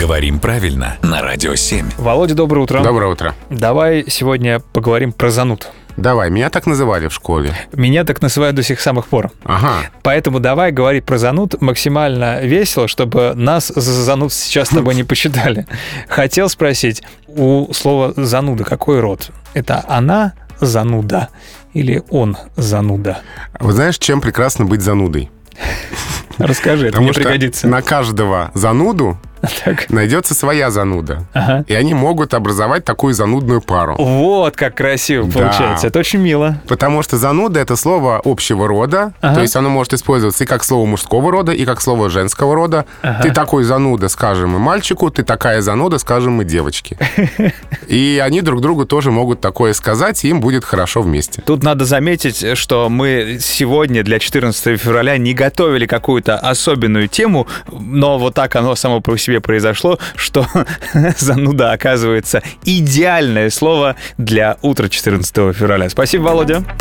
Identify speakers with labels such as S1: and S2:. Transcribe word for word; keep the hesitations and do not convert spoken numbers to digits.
S1: Говорим правильно на Радио семь.
S2: Володя, доброе утро.
S3: Доброе утро.
S2: Давай сегодня поговорим про зануд.
S3: Давай, меня так называли в школе.
S2: Меня так называют до сих самых пор.
S3: Ага.
S2: Поэтому давай говорить про зануд максимально весело, чтобы нас за зануд сейчас с тобой не посчитали. Хотел спросить, у слова «зануда» какой род? Это она зануда или он зануда?
S3: Вы знаешь, чем прекрасно быть занудой?
S2: Расскажи, это
S3: Потому
S2: мне
S3: что
S2: пригодится.
S3: на каждого зануду
S2: Так.
S3: найдется своя зануда.
S2: Ага.
S3: И они могут образовать такую занудную пару.
S2: Вот как красиво
S3: Да.
S2: получается. Это очень мило.
S3: Потому что зануда — это слово общего рода.
S2: Ага.
S3: То есть оно может использоваться и как слово мужского рода, и как слово женского рода.
S2: Ага.
S3: Ты такой зануда, скажем, и мальчику, ты такая зануда, скажем, и девочке. И они друг другу тоже могут такое сказать, и им будет хорошо вместе.
S2: Тут надо заметить, что мы сегодня для четырнадцатого февраля не готовили какую-то особенную тему, но вот так оно само по себе произошло, что зануда оказывается идеальное слово для утра четырнадцатого февраля. Спасибо, Володя.